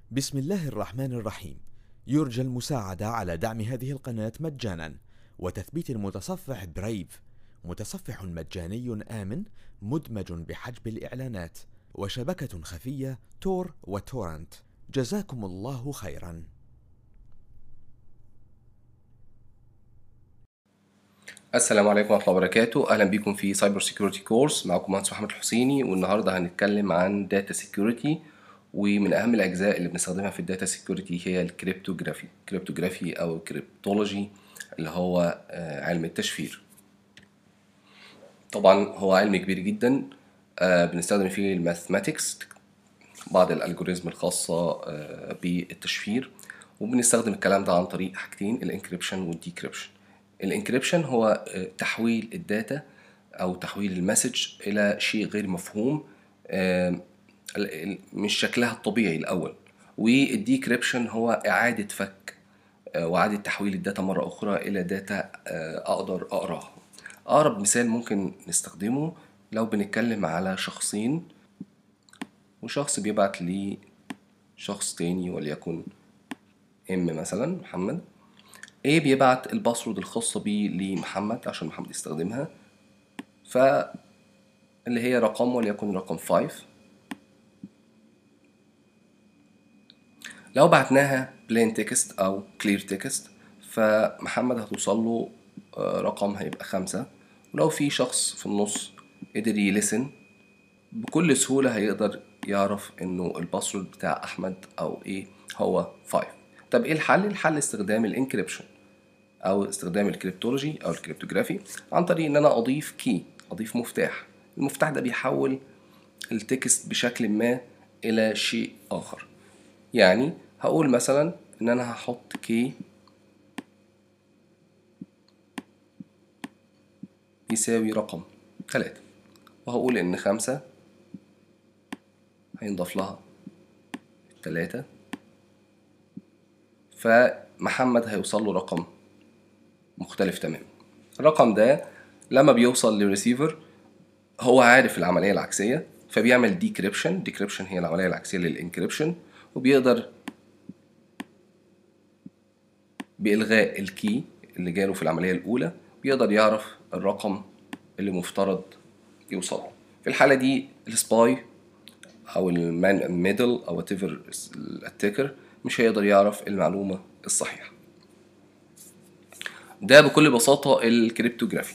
بسم الله الرحمن الرحيم. يرجى المساعدة على دعم هذه القناة مجانا وتثبيت المتصفح برايف، متصفح مجاني آمن مدمج بحجب الإعلانات وشبكة خفية تور وتورنت. جزاكم الله خيرا. السلام عليكم ورحمة الله وبركاته. أهلا بكم في سايبر سيكيورتي كورس. معكم مهندس محمد الحسيني، والنهاردة هنتكلم عن داتا سيكيورتي. ومن أهم الأجزاء اللي بنستخدمها في الداتا سيكيورتي هي الكريبتوجرافي أو كريبتولوجي، اللي هو علم التشفير. طبعا هو علم كبير جدا، بنستخدم فيه الماثماتكس، بعض الالجوريزم الخاصة بالتشفير. وبنستخدم الكلام ده عن طريق حاجتين: الانكريبشن والديكريبشن. الانكريبشن هو تحويل الداتا او تحويل المسج الى شيء غير مفهوم، مش شكلها الطبيعي الاول. والديكريبشن هو اعادة فك واعادة تحويل الداتا مرة اخرى الى داتا اقدر اقراها. اقرب مثال ممكن نستخدمه لو بنتكلم على شخصين، وشخص بيبعت لشخص تاني وليكن مثلا محمد. بيبعت الباسورد الخاصة بيه لمحمد عشان محمد يستخدمها، اللي هي رقم وليكن رقم 5. لو بعتناها بلين تكست أو كلير تكست، فمحمد هتوصل له رقم هيبقى 5. ولو في شخص في النص قدر يلسن بكل سهولة هيقدر يعرف انه الباسورد بتاع احمد او هو 5. طب ايه الحل؟ الحل استخدام الانكريبشن او استخدام الكريبتولوجي او الكريبتوجرافي، عن طريق ان انا اضيف مفتاح. المفتاح ده بيحول التكست بشكل ما الى شيء اخر. يعني هقول مثلا ان انا هحط كي يساوي رقم 3، وهقول ان 5 هينضاف لها 3، فمحمد هيوصل له رقم مختلف تماما. الرقم ده لما بيوصل للريسيفر هو عارف العملية العكسية، فبيعمل ديكريبشن هي العملية العكسية للانكريبشن، وبيقدر بإلغاء الكي اللي جاله في العملية الأولى بيقدر يعرف الرقم اللي مفترض يوصله. في الحالة دي السباي أو المان ميدل أو whatever الاتاكر مش هيقدر يعرف المعلومة الصحيحة. ده بكل بساطة الكريبتوجرافي.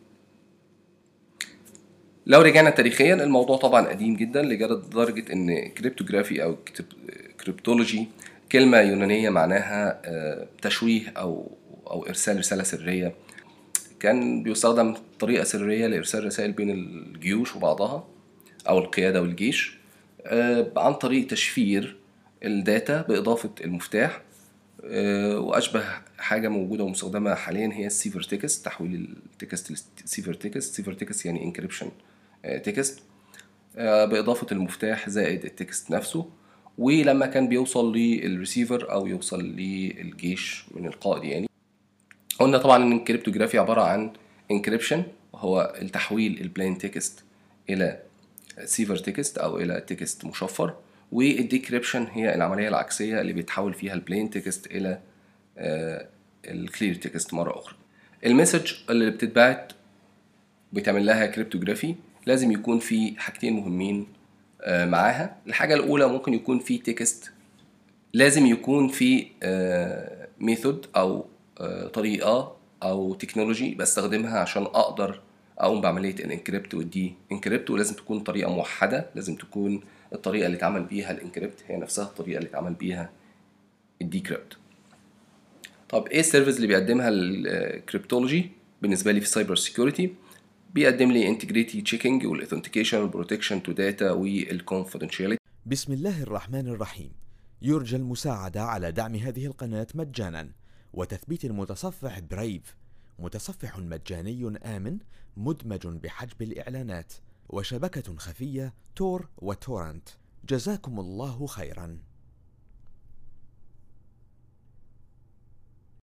لو رجعنا تاريخيا الموضوع طبعا قديم جدا لدرجة ان كريبتوجرافي او كريبتولوجي كلمة يونانية معناها تشويه او ارسال رسالة سرية. كان بيستخدم طريقة سرية لارسال رسائل بين الجيوش وبعضها او القيادة والجيش، عن طريق تشفير الداتا باضافة المفتاح. واشبه حاجة موجودة ومستخدمة حاليا هي السيفر تكست، تحويل التكست لسيفر تكست. سيفر تكست يعني انكريبشن تكست بإضافة المفتاح زائد التكست نفسه. ولما كان بيوصل للريسيفر أو يوصل للجيش من القائد، يعني قلنا طبعا إن الكريبتوجرافي عبارة عن انكريبشن، وهو التحويل البلين تكست إلى سيفر تكست أو إلى تكست مشفر. والديكريبشن هي العملية العكسية اللي بيتحول فيها البلين تكست إلى الكلير تكست مرة أخرى. المسج اللي بتتبعت بيتعمل لها كريبتوجرافي لازم يكون في حاجتين مهمين معاها. الحاجة الأولى ممكن يكون في تكست، لازم يكون في ميثود أو طريقة أو تكنولوجي بستخدمها عشان أقدر أقوم بعملية الانكريبت والدي انكريبت، ولازم تكون طريقة موحدة. لازم تكون الطريقة اللي اتعمل بيها الانكريبت هي نفسها الطريقة اللي اتعمل بيها الديكريبت. طب ايه السيرفيس اللي بيقدمها الكريبتولوجي بالنسبة لي في السايبر سيكيورتي؟ بيقدم لي انتجريتي تشيكينج والاثنتيكيشن والبروتكشن تو داتا والكونفيدنشاليتي. بسم الله الرحمن الرحيم. يرجى المساعدة على دعم هذه القناة مجانا وتثبيت المتصفح برايف، متصفح مجاني آمن مدمج بحجب الإعلانات وشبكة خفية تور وتورنت. جزاكم الله خيرا.